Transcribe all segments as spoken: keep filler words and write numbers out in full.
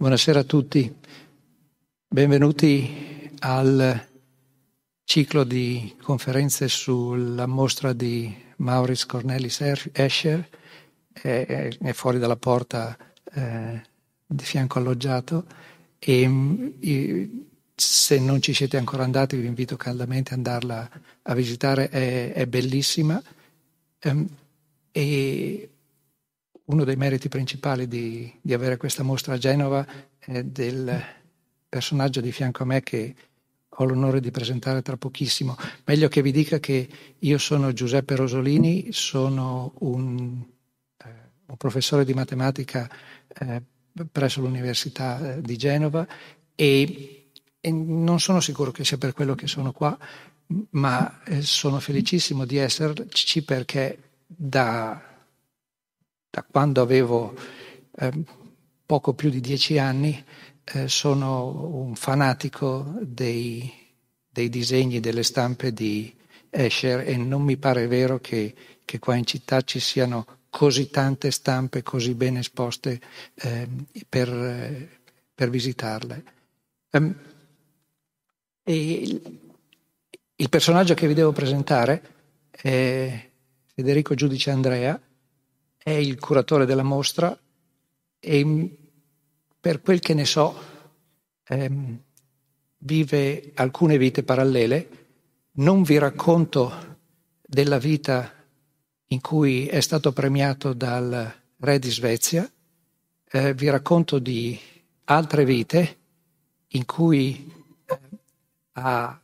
Buonasera a tutti, benvenuti al ciclo di conferenze sulla mostra di Maurits Cornelis Escher, è, è fuori dalla porta eh, di fianco al loggiato e, e se non ci siete ancora andati vi invito caldamente ad andarla a visitare, è, è bellissima um, e uno dei meriti principali di, di avere questa mostra a Genova è del personaggio di fianco a me che ho l'onore di presentare tra pochissimo. Meglio che vi dica che io sono Giuseppe Rosolini, sono un, eh, un professore di matematica eh, presso l'Università di Genova e, e non sono sicuro che sia per quello che sono qua, ma eh, sono felicissimo di esserci perché da... Da quando avevo eh, poco più di dieci anni eh, sono un fanatico dei, dei disegni, delle stampe di Escher e non mi pare vero che, che qua in città ci siano così tante stampe così ben esposte eh, per, eh, per visitarle. Um, e il, il personaggio che vi devo presentare è Federico Giudice Andrea, è il curatore della mostra e per quel che ne so ehm, vive alcune vite parallele. Non vi racconto della vita in cui è stato premiato dal re di Svezia, eh, vi racconto di altre vite in cui eh, ha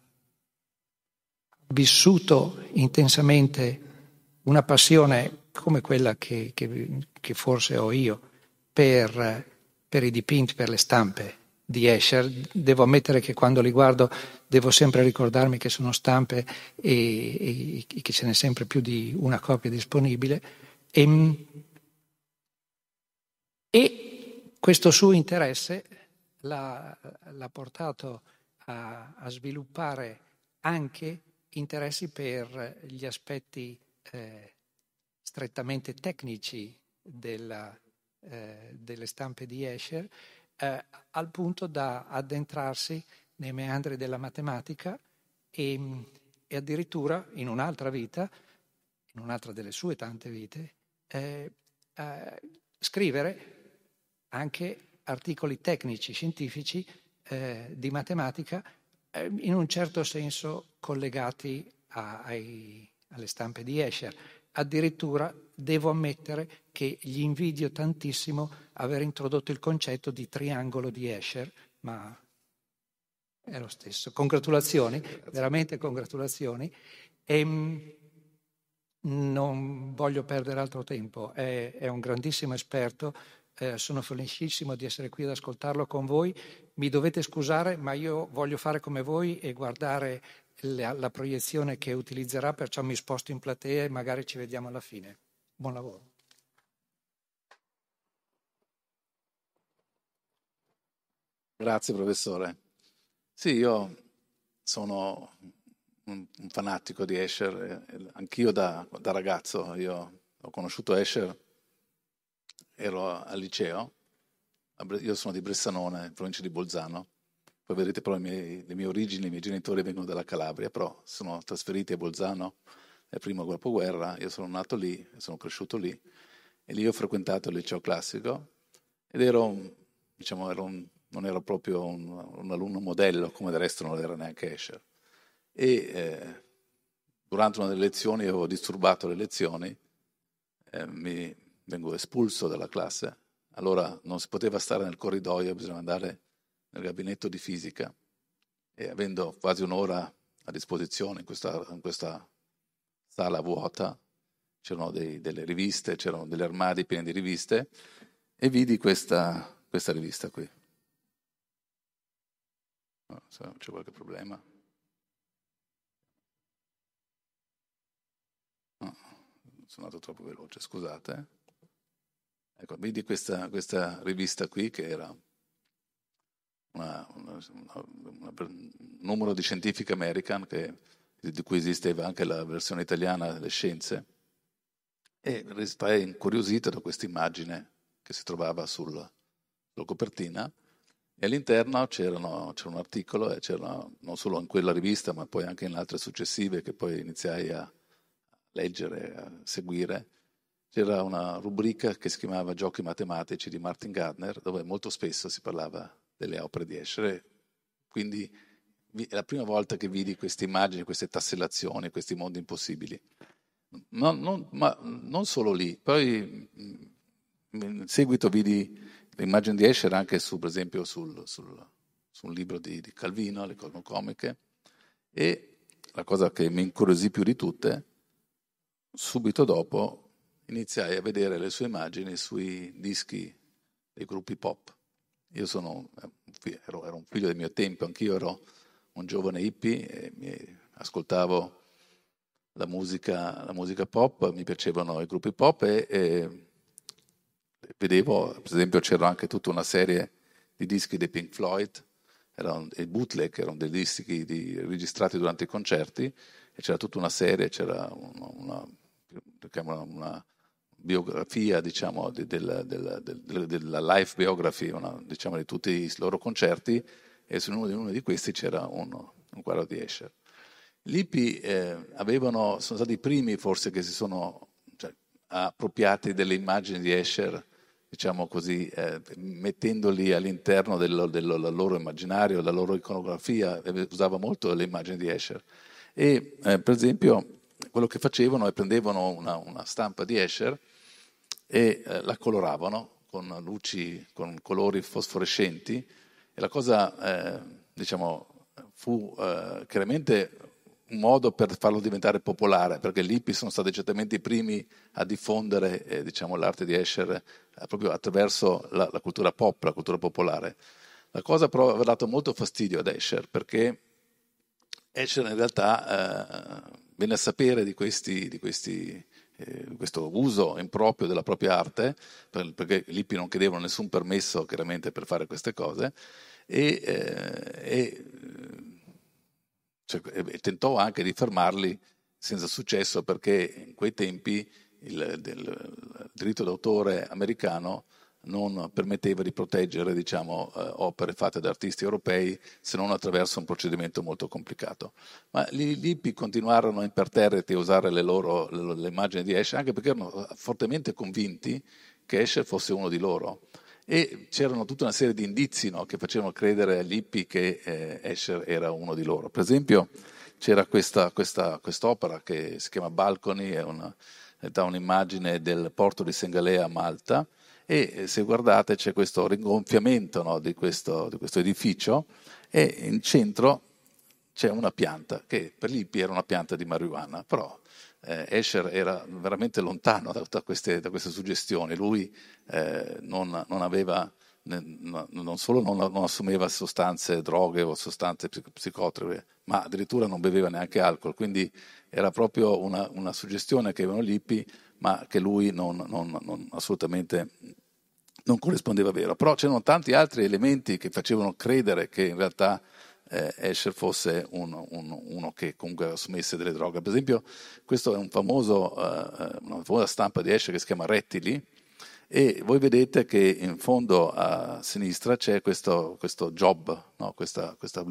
vissuto intensamente una passione come quella che, che, che forse ho io per, per i dipinti, per le stampe di Escher. Devo ammettere che quando li guardo devo sempre ricordarmi che sono stampe e, e, e che ce n'è sempre più di una copia disponibile. E, e questo suo interesse l'ha, l'ha portato a, a sviluppare anche interessi per gli aspetti eh, strettamente tecnici della, eh, delle stampe di Escher, eh, al punto da addentrarsi nei meandri della matematica e, e addirittura in un'altra vita, in un'altra delle sue tante vite, eh, eh, scrivere anche articoli tecnici, scientifici eh, di matematica, eh, in un certo senso collegati a, ai, alle stampe di Escher. Addirittura devo ammettere che gli invidio tantissimo aver introdotto il concetto di triangolo di Escher, ma è lo stesso. Congratulazioni, veramente congratulazioni. E non voglio perdere altro tempo, è, è un grandissimo esperto, eh, sono felicissimo di essere qui ad ascoltarlo con voi. Mi dovete scusare, ma io voglio fare come voi e guardare la, la proiezione che utilizzerà, perciò mi sposto in platea e magari ci vediamo alla fine. Buon lavoro. Grazie professore. Sì, io sono un, un fanatico di Escher, eh, anch'io da, da ragazzo. Io ho conosciuto Escher, ero al liceo, io sono di Bressanone, in provincia di Bolzano. Poi vedrete però le mie, le mie origini, i miei genitori vengono dalla Calabria, però sono trasferiti a Bolzano nel primo dopoguerra. Io sono nato lì, sono cresciuto lì e lì ho frequentato il liceo classico ed ero, diciamo, ero un, non ero proprio un, un alunno modello, come del resto non era neanche Escher. E eh, durante una delle lezioni avevo disturbato le lezioni, eh, mi vengo espulso dalla classe. Allora non si poteva stare nel corridoio, bisognava andare nel gabinetto di fisica e avendo quasi un'ora a disposizione in questa, in questa sala vuota, c'erano dei, delle riviste, c'erano degli armadi pieni di riviste e vidi questa, questa rivista qui. No, se c'è qualche problema. No, sono andato troppo veloce, scusate. Ecco, vedi questa, questa rivista qui che era una, una, una, un numero di Scientific American che, di cui esisteva anche la versione italiana delle scienze, e restai incuriosito da questa immagine che si trovava sul, sulla copertina E all'interno c'erano, c'era un articolo, e c'era non solo in quella rivista, ma poi anche in altre successive che poi iniziai a leggere, a seguire. C'era una rubrica che si chiamava Giochi matematici di Martin Gardner, dove molto spesso si parlava delle opere di Escher. Quindi è la prima volta che vidi queste immagini, queste tassellazioni, questi mondi impossibili. Non, non, ma non solo lì, poi in seguito vidi le immagini di Escher anche su, per esempio sul, sul, su un libro di, di Calvino, le cosmocomiche, e la cosa che mi incuriosì più di tutte, subito dopo iniziai a vedere le sue immagini sui dischi dei gruppi pop. Io sono, ero, ero un figlio del mio tempo, anch'io ero un giovane hippie e mi ascoltavo la musica, la musica pop, mi piacevano i gruppi pop e, e vedevo, per esempio c'era anche tutta una serie di dischi dei Pink Floyd, erano i bootleg, erano dei dischi di, registrati durante i concerti, e c'era tutta una serie, c'era una, una, una biografia, diciamo, di, della, della, della, della live biography, una, diciamo, di tutti i loro concerti, e su uno di, uno di questi c'era uno, un quadro di Escher. Gli hippie eh, avevano, sono stati i primi forse che si sono cioè, appropriati delle immagini di Escher, diciamo così, eh, mettendoli all'interno del, del, del loro immaginario, della loro iconografia, usava molto le immagini di Escher. E eh, per esempio quello che facevano è prendevano una, una stampa di Escher e eh, la coloravano con luci, con colori fosforescenti, e la cosa, eh, diciamo, fu eh, chiaramente un modo per farlo diventare popolare, perché gli hippie sono stati certamente i primi a diffondere eh, diciamo, l'arte di Escher eh, proprio attraverso la, la cultura pop, la cultura popolare. La cosa però aveva dato molto fastidio ad Escher, perché Escher in realtà eh, venne a sapere di, questi, di questi, eh, questo uso improprio della propria arte, per, perché gli hippie non chiedevano nessun permesso chiaramente per fare queste cose, e, eh, e Cioè, e tentò anche di fermarli senza successo, perché in quei tempi il, il, il diritto d'autore americano non permetteva di proteggere, diciamo, eh, opere fatte da artisti europei se non attraverso un procedimento molto complicato. Ma gli, gli hippie continuarono imperterriti a usare le loro le, le immagini di Escher, anche perché erano fortemente convinti che Escher fosse uno di loro. E c'erano tutta una serie di indizi, no, che facevano credere agli hippie che eh, Escher era uno di loro. Per esempio c'era questa, questa quest'opera che si chiama Balcony, è, una, è da un'immagine del porto di Sengalea a Malta, e se guardate c'è questo ringonfiamento, no, di, questo, di questo edificio, e in centro c'è una pianta che per gli hippie era una pianta di marijuana, però eh, Escher era veramente lontano da, da, queste, da queste suggestioni. Lui eh, non, non aveva, non solo non, non assumeva sostanze, droghe o sostanze psicotrope, ma addirittura non beveva neanche alcol, quindi era proprio una, una suggestione che avevano gli hippie, ma che lui non, non, non assolutamente non corrispondeva vero. Però c'erano tanti altri elementi che facevano credere che in realtà eh, Escher fosse uno, uno, uno che comunque assumesse delle droghe. Per esempio, questo è un famoso, eh, una famosa stampa di Escher che si chiama Rettili, e voi vedete che in fondo a sinistra c'è questo, questo job, no? questa, questa,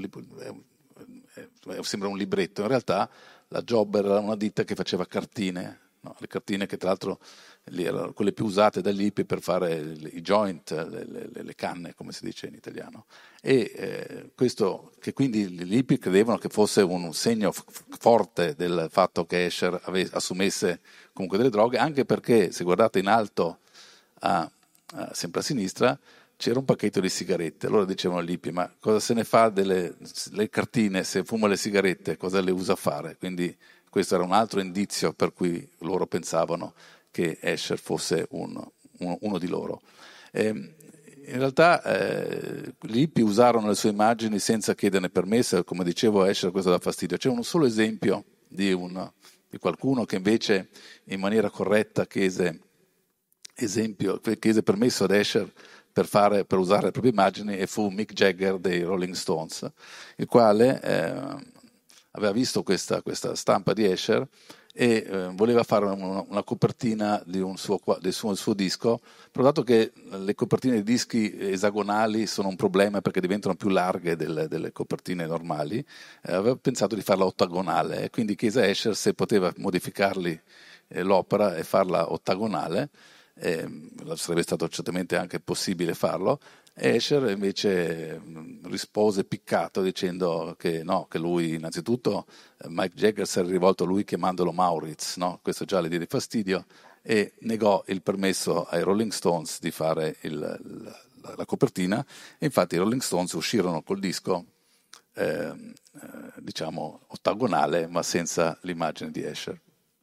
sembra un libretto. In realtà la Job era una ditta che faceva cartine, no? Le cartine che tra l'altro erano quelle più usate dagli hippie per fare i joint, le, le, le canne, come si dice in italiano. E eh, questo che quindi gli hippie credevano che fosse un segno f- forte del fatto che Escher ave- assumesse comunque delle droghe, anche perché se guardate in alto a, a, sempre a sinistra c'era un pacchetto di sigarette. Allora dicevano gli hippie: ma cosa se ne fa delle le cartine se fuma le sigarette, cosa le usa a fare? Quindi questo era un altro indizio per cui loro pensavano che Escher fosse uno, uno, uno di loro. Eh, in realtà eh, gli hippie usarono le sue immagini senza chiederne permesso, come dicevo Escher questo dà fastidio. C'è un solo esempio di, un, di qualcuno che invece in maniera corretta chiese, esempio, chiese permesso ad Escher per, fare, per usare le proprie immagini, e fu Mick Jagger dei Rolling Stones, il quale eh, aveva visto questa, questa stampa di Escher e eh, voleva fare una, una copertina di un suo, del suo, suo disco, però dato che le copertine di dischi esagonali sono un problema perché diventano più larghe delle, delle copertine normali, eh, aveva pensato di farla ottagonale, e quindi chiese a Escher se poteva modificarli eh, l'opera e farla ottagonale. Eh, sarebbe stato certamente anche possibile farlo. Escher invece rispose piccato dicendo che no, che lui innanzitutto Mike Jagger si era rivolto a lui chiamandolo Maurits, no? Questo già le diede fastidio, e negò il permesso ai Rolling Stones di fare il, la, la copertina, e infatti i Rolling Stones uscirono col disco eh, diciamo ottagonale ma senza l'immagine di Escher.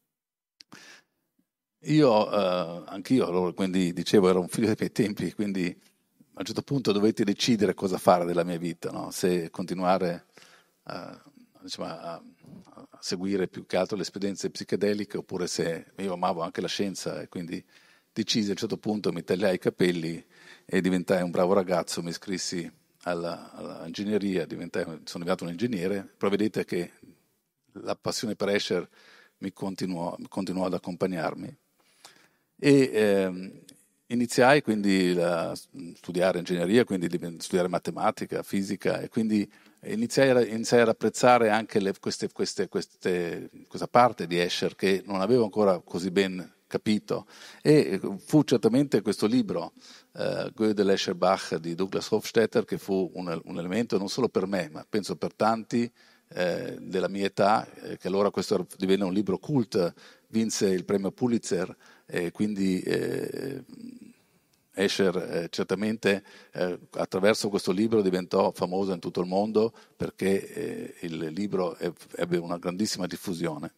Io, eh, anch'io, quindi dicevo, ero un figlio dei miei tempi, quindi a un certo punto dovetti decidere cosa fare della mia vita, no? Se continuare a, diciamo, a, a seguire più che altro le esperienze psichedeliche, oppure se io amavo anche la scienza, e quindi decisi a un certo punto, mi tagliai i capelli e diventai un bravo ragazzo, mi iscrissi alla, all'ingegneria, diventai, sono diventato un ingegnere, però vedete che la passione per Escher mi continuò, continuò ad accompagnarmi. E eh, iniziai quindi a studiare ingegneria, quindi studiare matematica, fisica, e quindi iniziai a, iniziai ad apprezzare anche le, queste, queste, queste, questa parte di Escher che non avevo ancora così ben capito, e fu certamente questo libro, eh, Gödel, Escher, Bach di Douglas Hofstadter, che fu un, un elemento non solo per me, ma penso per tanti eh, della mia età, eh, che allora questo divenne un libro cult, vinse il premio Pulitzer, e quindi eh, Escher eh, certamente eh, attraverso questo libro diventò famoso in tutto il mondo, perché eh, il libro ebbe una grandissima diffusione.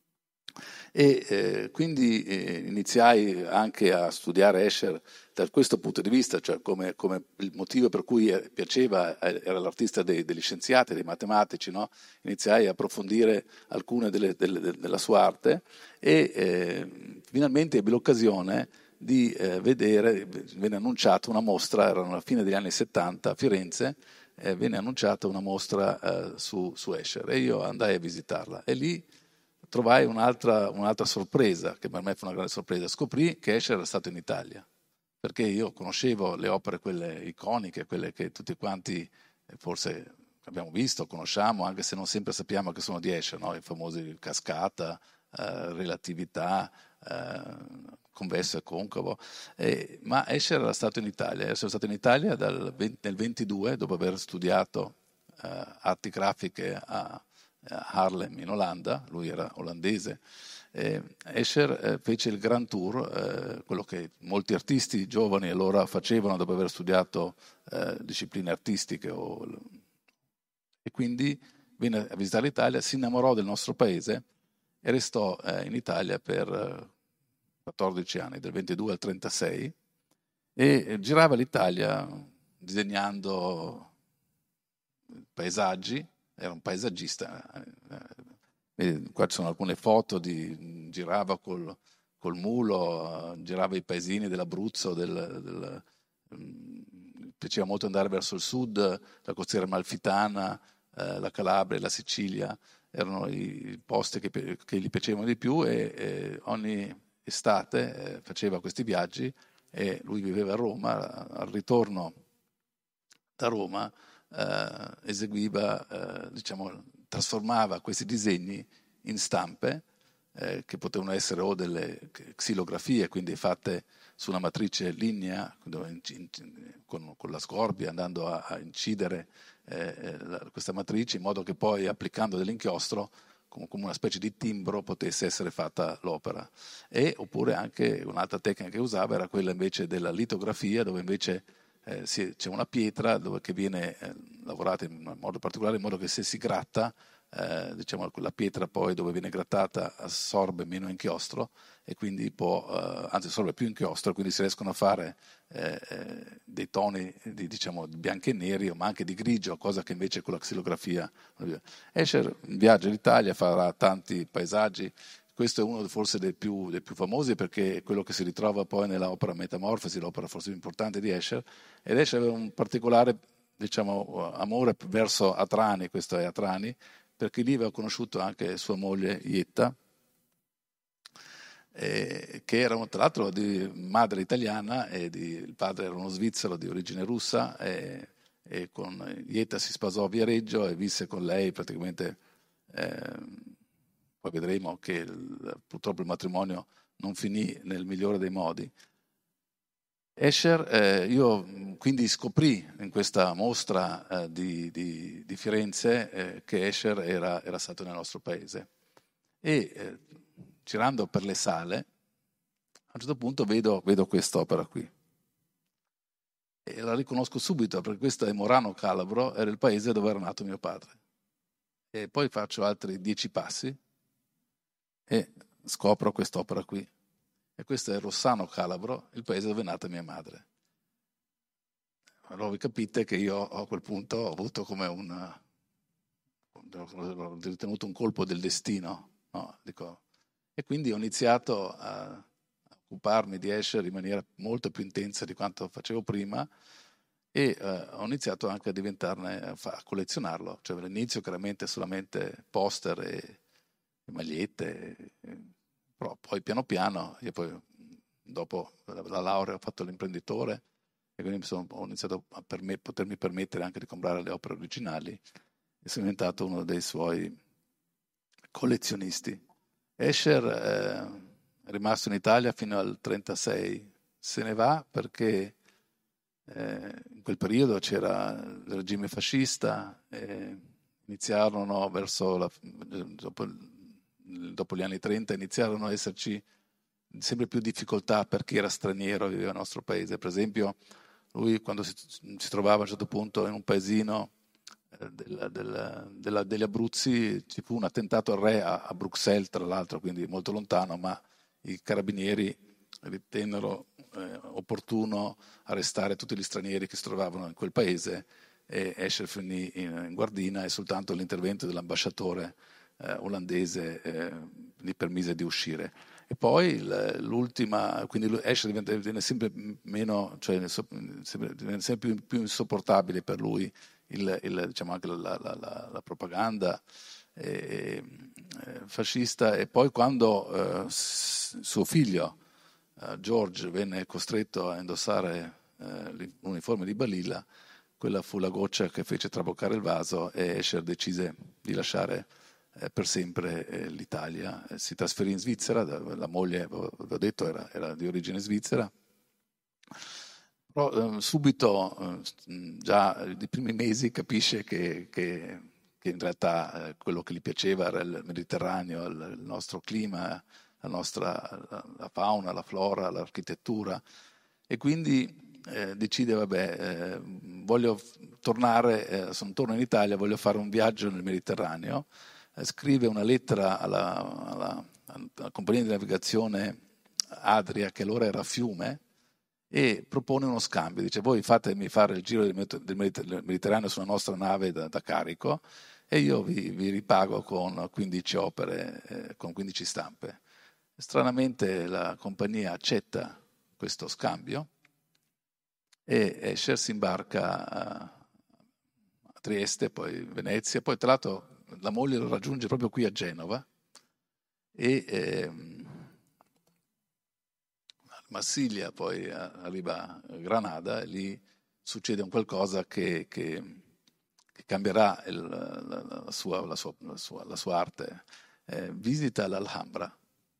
E eh, quindi eh, iniziai anche a studiare Escher da questo punto di vista, cioè come, come il motivo per cui piaceva, era l'artista dei, degli scienziati, dei matematici, no? Iniziai a approfondire alcune delle, delle, della sua arte, e eh, finalmente ebbi l'occasione di eh, vedere, venne annunciata una mostra, era alla fine degli anni settanta a Firenze, eh, venne annunciata una mostra eh, su, su Escher, e io andai a visitarla, e lì trovai un'altra, un'altra sorpresa, che per me fu una grande sorpresa. Scoprì che Escher era stato in Italia, perché io conoscevo le opere, quelle iconiche, quelle che tutti quanti forse abbiamo visto, conosciamo, anche se non sempre sappiamo che sono di Escher, no? I famosi cascata, eh, relatività, eh, convesso e concavo. Eh, ma Escher era stato in Italia, era stato in Italia dal venti, nel ventidue, dopo aver studiato eh, arti grafiche a Haarlem in Olanda, lui era olandese. Eh, Escher eh, fece il Grand Tour, eh, quello che molti artisti giovani allora facevano dopo aver studiato eh, discipline artistiche, o... e quindi venne a visitare l'Italia, si innamorò del nostro paese e restò eh, in Italia per eh, quattordici anni, dal ventidue al trentasei, e girava l'Italia disegnando paesaggi. Era un paesaggista, eh, qua ci sono alcune foto di girava col, col mulo, girava i paesini dell'Abruzzo, del, del, um, piaceva molto andare verso il sud, la costiera amalfitana, eh, la Calabria, la Sicilia, erano i, i posti che, che gli piacevano di più, e, e ogni estate eh, faceva questi viaggi, e lui viveva a Roma. Al ritorno da Roma Uh, eseguiva, uh, diciamo, trasformava questi disegni in stampe eh, che potevano essere o delle xilografie, quindi fatte su una matrice lignea con, con la scorbia, andando a, a incidere eh, la, questa matrice, in modo che poi, applicando dell'inchiostro come una specie di timbro, potesse essere fatta l'opera. E oppure anche un'altra tecnica che usava era quella invece della litografia, dove invece Eh, si, c'è una pietra dove, che viene eh, lavorata in modo particolare, in modo che se si gratta, eh, diciamo, la pietra poi dove viene grattata assorbe meno inchiostro, e quindi può, eh, anzi assorbe più inchiostro, quindi si riescono a fare eh, eh, dei toni di, diciamo, bianchi e neri, ma anche di grigio, cosa che invece con la xilografia. Escher viaggia in Italia, farà tanti paesaggi. Questo è uno forse dei più, dei più famosi, perché è quello che si ritrova poi nell'opera Metamorfosi, l'opera forse più importante di Escher, ed Escher aveva un particolare, diciamo, amore verso Atrani, questo è Atrani, perché lì aveva conosciuto anche sua moglie Ietta, eh, che era tra l'altro di madre italiana e di, il padre era uno svizzero di origine russa, e, e con Jetta si sposò a Viareggio e visse con lei praticamente, eh, poi vedremo che il, purtroppo il matrimonio non finì nel migliore dei modi. Escher, eh, io quindi scoprì in questa mostra eh, di, di, di Firenze eh, che Escher era, era stato nel nostro paese, e eh, girando per le sale a un certo punto vedo, vedo quest'opera qui e la riconosco subito, perché questa è Morano Calabro, era il paese dove era nato mio padre, e poi faccio altri dieci passi e scopro quest'opera qui. E questo è Rossano Calabro, il paese dove è nata mia madre. Allora voi capite che io a quel punto ho avuto come un, ho ritenuto un colpo del destino, no? Dico, e quindi ho iniziato a occuparmi di Escher in maniera molto più intensa di quanto facevo prima, e eh, ho iniziato anche a diventarne, a, fa, a collezionarlo. Cioè all'inizio chiaramente solamente poster e, e magliette, e, però poi piano piano, io poi dopo la, la laurea ho fatto l'imprenditore, e quindi sono, ho iniziato a per me, potermi permettere anche di comprare le opere originali, e sono diventato uno dei suoi collezionisti. Escher eh, è rimasto in Italia fino al trentasei, se ne va perché eh, in quel periodo c'era il regime fascista, e iniziarono verso la, dopo, dopo gli anni trenta iniziarono ad esserci sempre più difficoltà per chi era straniero e viveva nel nostro paese. Per esempio, lui quando si, si trovava a un certo punto in un paesino eh, della, della, della, degli Abruzzi, ci fu un attentato al re a, a Bruxelles, tra l'altro, quindi molto lontano, ma i carabinieri ritennero eh, opportuno arrestare tutti gli stranieri che si trovavano in quel paese, e Escher finì in, in guardina, e soltanto l'intervento dell'ambasciatore eh, olandese eh, gli permise di uscire. E poi l'ultima, quindi Escher diventa sempre meno, cioè diventa sempre più, più insopportabile per lui il, il, diciamo anche la, la, la, la propaganda eh, fascista. E poi quando eh, suo figlio eh, George venne costretto a indossare eh, l'uniforme di Balilla, quella fu la goccia che fece traboccare il vaso, e Escher decise di lasciare per sempre l'Italia. Si trasferì in Svizzera, la moglie, vi ho detto, era, era di origine svizzera, però eh, subito, eh, già nei primi mesi, capisce che, che, che in realtà eh, quello che gli piaceva era il Mediterraneo, il, il nostro clima, la nostra la, la fauna, la flora, l'architettura, e quindi eh, decide, vabbè, eh, voglio tornare, eh, sono torno in Italia, voglio fare un viaggio nel Mediterraneo. Scrive una lettera alla, alla, alla compagnia di navigazione Adria, che allora era Fiume, e propone uno scambio. Dice: voi fatemi fare il giro del Mediterraneo sulla nostra nave da, da carico, e io vi, vi ripago con quindici opere, eh, con quindici stampe. Stranamente la compagnia accetta questo scambio, e Escher si imbarca a, a Trieste, poi Venezia, poi tra l'altro la moglie lo raggiunge proprio qui a Genova, e ehm, a Marsiglia poi arriva a Granada, e lì succede un qualcosa che, che, che cambierà il, la, la, sua, la, sua, la, sua, la sua arte. Eh, visita l'Alhambra,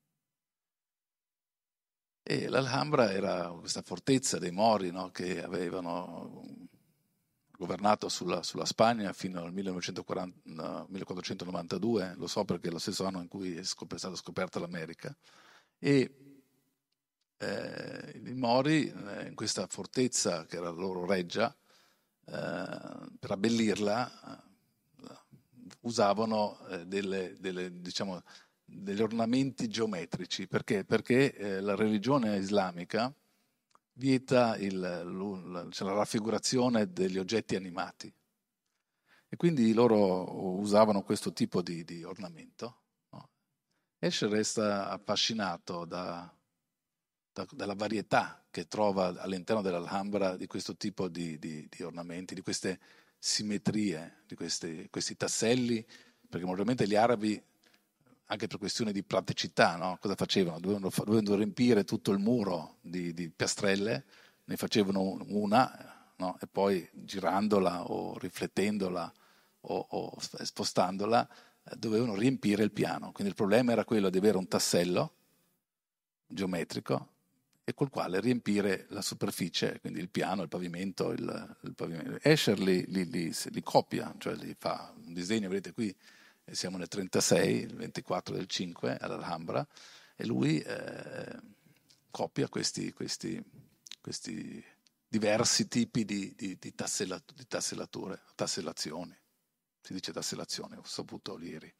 e l'Alhambra era questa fortezza dei Mori, no, che avevano governato sulla, sulla Spagna fino al millenovecentoquaranta, millequattrocentonovantadue, lo so perché è lo stesso anno in cui è, scop- è stata scoperta l'America, e eh, i Mori eh, in questa fortezza che era la loro reggia, eh, per abbellirla eh, usavano eh, delle, delle, diciamo, degli ornamenti geometrici. Perché? Perché eh, la religione islamica vieta il, la, cioè la raffigurazione degli oggetti animati, e quindi loro usavano questo tipo di, di ornamento. No? Escher resta affascinato da, da, dalla varietà che trova all'interno dell'Alhambra di questo tipo di, di, di ornamenti, di queste simmetrie, di questi, questi tasselli, perché normalmente gli arabi anche per questioni di praticità, no? Cosa facevano? Dovevano, dovevano riempire tutto il muro di, di piastrelle, ne facevano una, no? E poi girandola o riflettendola o, o spostandola eh, dovevano riempire il piano. Quindi il problema era quello di avere un tassello geometrico e col quale riempire la superficie, quindi il piano, il pavimento. Il, il pavimento. Escher li, li, li, li copia, cioè li fa un disegno, vedete qui siamo nel trentasei, il ventiquattro del cinque all'Alhambra, e lui eh, copia questi, questi, questi diversi tipi di, di, di, tassella, di tassellature, tassellazioni, si dice tassellazione, ho saputo ieri.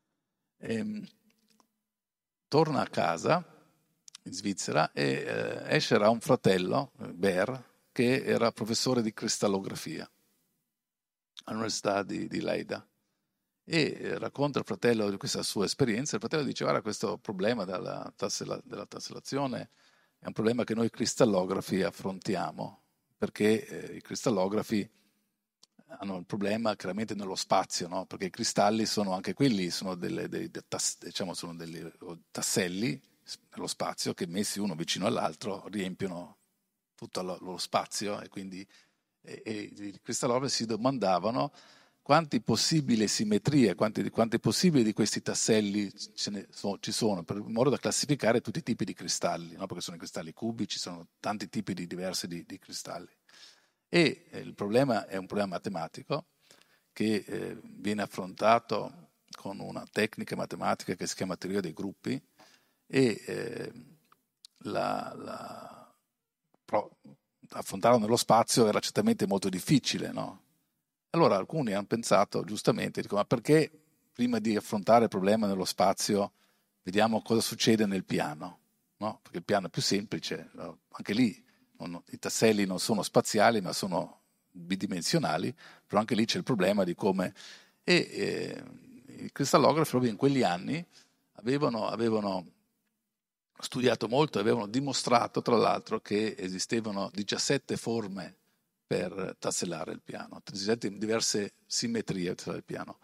E, torna a casa in Svizzera e eh, Escher ha un fratello, Ber, che era professore di cristallografia all'Università di, di Leida. E racconta al fratello di questa sua esperienza. Il fratello dice: guarda, questo problema della, tassella, della tassellazione è un problema che noi cristallografi affrontiamo, perché eh, i cristallografi hanno il problema chiaramente nello spazio, no? Perché i cristalli sono anche quelli, sono, delle, dei, dei tass, diciamo, sono degli tasselli nello spazio che messi uno vicino all'altro riempiono tutto lo, lo spazio, e quindi e, e i cristallografi si domandavano quanti possibili simmetrie, quanti, quanti possibili di questi tasselli ce ne so, ci sono, per, in modo da classificare tutti i tipi di cristalli, no? Perché sono i cristalli cubici, ci sono tanti tipi di, diversi di, di cristalli. E eh, il problema è un problema matematico che eh, viene affrontato con una tecnica matematica che si chiama teoria dei gruppi, e eh, la, la, pro, affrontarlo nello spazio era certamente molto difficile, no? Allora alcuni hanno pensato, giustamente, dico, ma perché prima di affrontare il problema nello spazio vediamo cosa succede nel piano, no? Perché il piano è più semplice, no? Anche lì non, i tasselli non sono spaziali ma sono bidimensionali, però anche lì c'è il problema di come... E eh, i cristallografi proprio in quegli anni avevano, avevano studiato molto e avevano dimostrato, tra l'altro, che esistevano diciassette forme per tassellare il piano, diverse simmetrie del piano.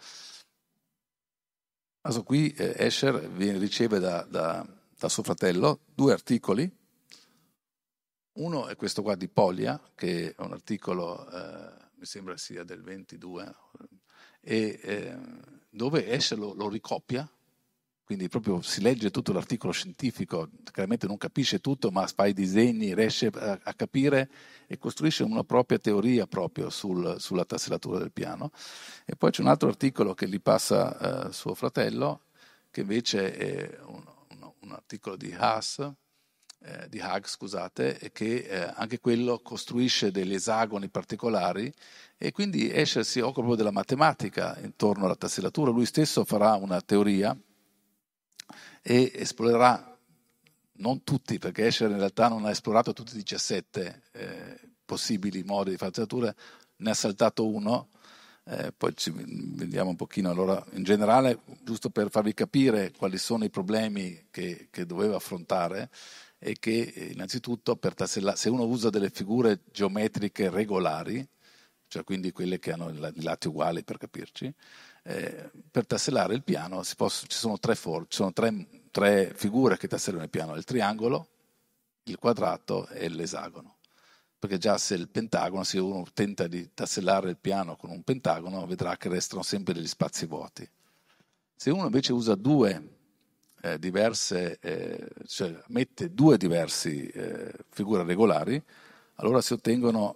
Adesso qui eh, Escher riceve da, da, da suo fratello due articoli. Uno è questo qua di Poglia, che è un articolo, eh, mi sembra sia del ventidue, e, eh, dove Escher lo, lo ricopia. Quindi proprio si legge tutto l'articolo scientifico, chiaramente non capisce tutto, ma fa i disegni, riesce a, a capire e costruisce una propria teoria proprio sul, sulla tassellatura del piano. E poi c'è un altro articolo che gli passa eh, suo fratello, che invece è un, un, un articolo di Haas, eh, di Haag, scusate, e che eh, anche quello costruisce degli esagoni particolari, e quindi Escher si occupa proprio della matematica intorno alla tassellatura. Lui stesso farà una teoria e esplorerà, non tutti, perché Escher in realtà non ha esplorato tutti i diciassette eh, possibili modi di fare tassellatura, ne ha saltato uno, eh, poi ci vediamo un pochino. Allora, in generale, giusto per farvi capire quali sono i problemi che, che doveva affrontare, e che innanzitutto per tasellare, se uno usa delle figure geometriche regolari, cioè quindi quelle che hanno i lati uguali, per capirci, Eh, per tassellare il piano si posso, ci sono, tre, for, ci sono tre, tre figure che tassellano il piano: il triangolo, il quadrato e l'esagono. Perché già se il pentagono, se uno tenta di tassellare il piano con un pentagono, vedrà che restano sempre degli spazi vuoti. Se uno invece usa due eh, diverse, eh, cioè mette due diverse eh, figure regolari, allora si ottengono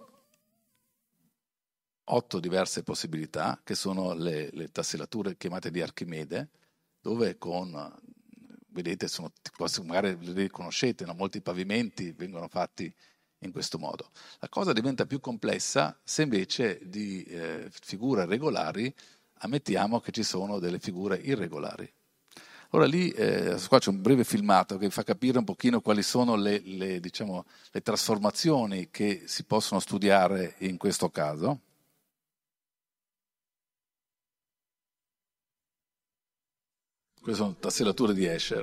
otto diverse possibilità, che sono le, le tassellature chiamate di Archimede, dove con, vedete, sono, magari le conoscete, no? Molti pavimenti vengono fatti in questo modo. La cosa diventa più complessa se invece di eh, figure regolari ammettiamo che ci sono delle figure irregolari. Ora lì, eh, qua c'è un breve filmato che fa capire un pochino quali sono le, le, diciamo, le trasformazioni che si possono studiare in questo caso. Queste sono tassellature di Escher.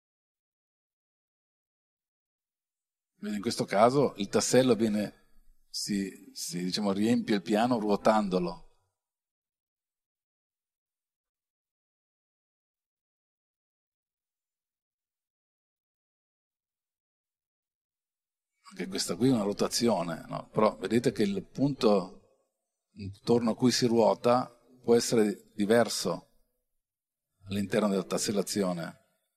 In questo caso il tassello viene si, si diciamo, riempie il piano ruotandolo. Anche questa qui è una rotazione, no? Però vedete che il punto intorno a cui si ruota può essere diverso all'interno della tassellazione.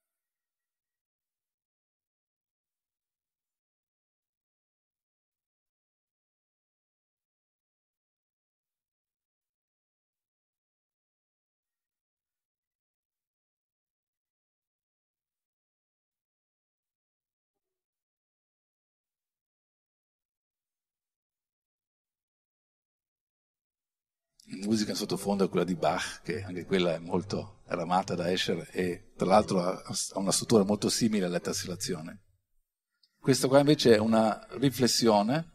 La musica in sottofondo è quella di Bach, che anche quella è molto era amata da Escher e tra l'altro ha ha una struttura molto simile alla tassellazione. Questa qua invece è una riflessione,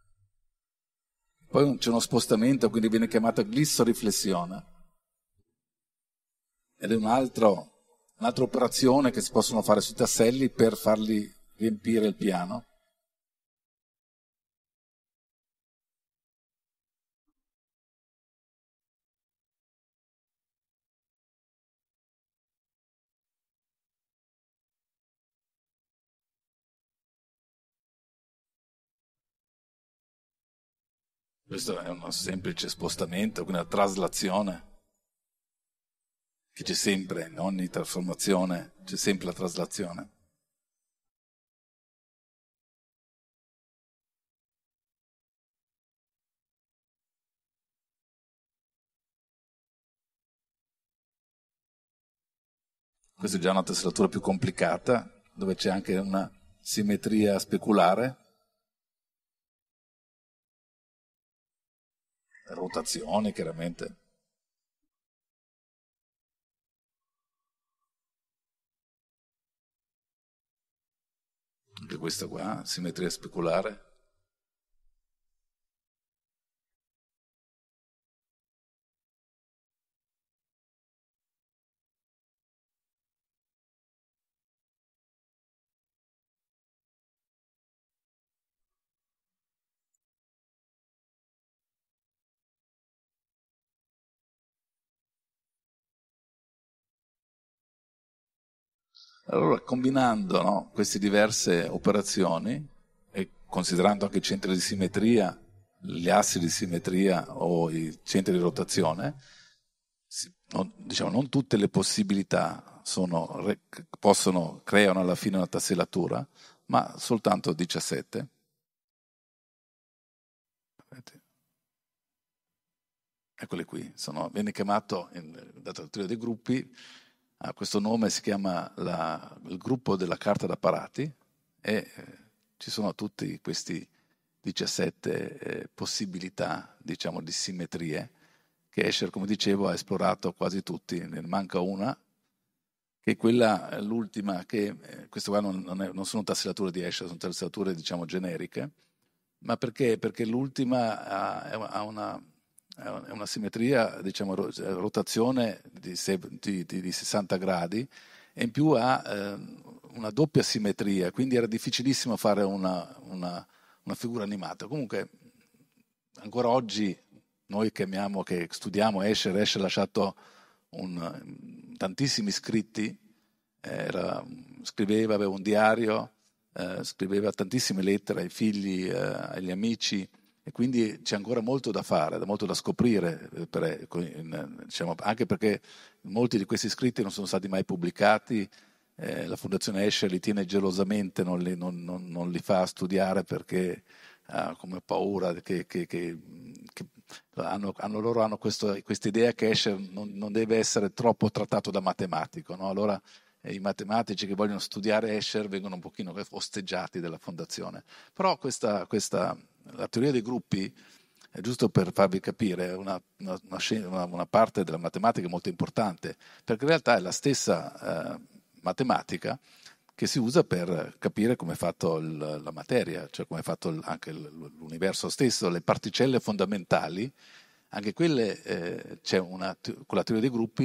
poi c'è uno spostamento, quindi viene chiamata glissoriflessione. Ed è un altro, un'altra operazione che si possono fare sui tasselli per farli riempire il piano. Questo è uno semplice spostamento, quindi una traslazione, che c'è sempre, in ogni trasformazione c'è sempre la traslazione. Questa è già una tessellatura più complicata, dove c'è anche una simmetria speculare, rotazioni chiaramente. Anche questa qua, simmetria speculare. Allora, combinando, no, queste diverse operazioni e considerando anche i centri di simmetria, gli assi di simmetria o i centri di rotazione, si- non, diciamo, non tutte le possibilità sono, re- possono, creano alla fine una tassellatura, ma soltanto diciassette. Vedete? Eccole qui, sono, viene chiamato, in, dato la teoria dei gruppi, ha questo nome, si chiama la- il gruppo della carta d'apparati e eh, ci sono tutti questi diciassette eh, possibilità, diciamo, di simmetrie che Escher, come dicevo, ha esplorato quasi tutti, ne manca una, che è quella, eh, l'ultima, che eh, queste qua non, non, è- non sono tassellature di Escher, sono tassellature, diciamo, generiche, ma perché? Perché l'ultima ha, ha una, è una simmetria, diciamo, ro- rotazione di, se- di- di- di sessanta gradi e in più ha eh, una doppia simmetria, quindi era difficilissimo fare una, una- una figura animata. Comunque, ancora oggi, noi che, amiamo, che studiamo Escher, Escher ha lasciato un- tantissimi scritti, era- scriveva, aveva un diario, eh, scriveva tantissime lettere ai figli, eh, agli amici, e quindi c'è ancora molto da fare, molto da scoprire, eh, per- in- diciamo, anche perché molti di questi scritti non sono stati mai pubblicati, eh, la Fondazione Escher li tiene gelosamente, non li, non- non- non li fa studiare perché ha come paura che, che- che- che hanno, hanno- loro hanno questa idea che Escher non, non deve essere troppo trattato da matematico, no? Allora eh, i matematici che vogliono studiare Escher vengono un pochino osteggiati dalla fondazione. Però questa, questa- la teoria dei gruppi, è giusto per farvi capire, è una, una- una scien- una- una parte della matematica molto importante, perché in realtà è la stessa eh, matematica che si usa per capire come è fatto il- la materia, cioè come è fatto il- anche il- l'universo stesso, le particelle fondamentali, anche quelle, eh, c'è una, con la teoria dei gruppi,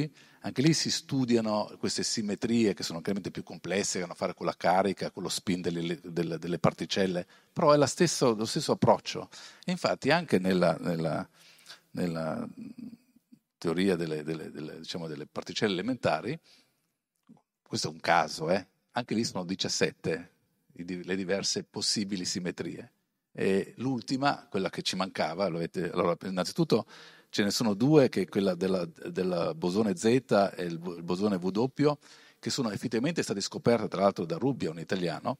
Anche lì si studiano queste simmetrie che sono chiaramente più complesse, che hanno a fare con la carica, con lo spin delle, delle, delle particelle, però è la stesso, lo stesso approccio. E infatti anche nella, nella, nella teoria delle, delle, delle, diciamo, delle particelle elementari, questo è un caso, eh? Anche lì sono diciassette le diverse possibili simmetrie. E l'ultima, quella che ci mancava, lo avete, allora innanzitutto ce ne sono due, che è quella della, della bosone Z e il, il bosone W, che sono effettivamente state scoperte tra l'altro da Rubbia, un italiano,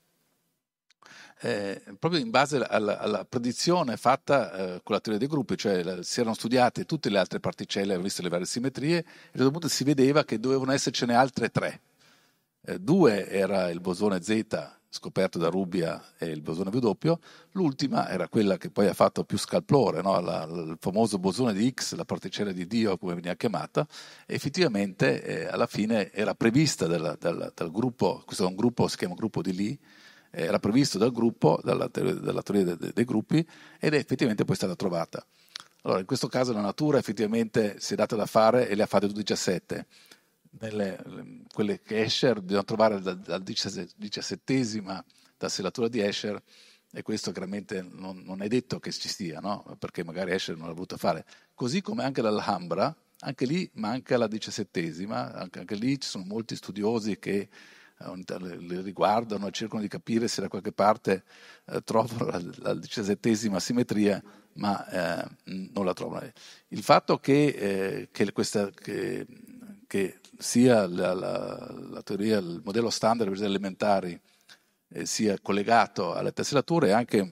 eh, proprio in base alla, alla predizione fatta eh, con la teoria dei gruppi, cioè la, si erano studiate tutte le altre particelle, avevano visto le varie simmetrie, e a un certo punto si vedeva che dovevano essercene altre tre. Eh, due era il bosone Z, scoperto da Rubbia, e il bosone W, l'ultima era quella che poi ha fatto più scalpore, no? la, la, il famoso bosone di Higgs, la particella di Dio come veniva chiamata, e effettivamente eh, alla fine era prevista dalla, dal, dal gruppo, questo è un gruppo, si chiama gruppo di Lie, eh, era previsto dal gruppo, dalla, dalla teoria dei, dei gruppi, ed è effettivamente poi stata trovata. Allora in questo caso la natura effettivamente si è data da fare e le ha fatte tutte diciassette. Nelle, quelle che Escher bisogna trovare dal, dal diciassettesima tassellatura di Escher, e questo chiaramente non, non è detto che ci sia, no? Perché magari Escher non l'ha voluto fare, così come anche l'Alhambra, anche lì manca la diciassettesima, anche, anche lì ci sono molti studiosi che eh, le riguardano e cercano di capire se da qualche parte eh, trovano la, la diciassettesima simmetria, ma eh, non la trovano. Il fatto che, eh, che questa che, che sia la, la, la teoria, il modello standard per le elementari eh, sia collegato alle tessellature è anche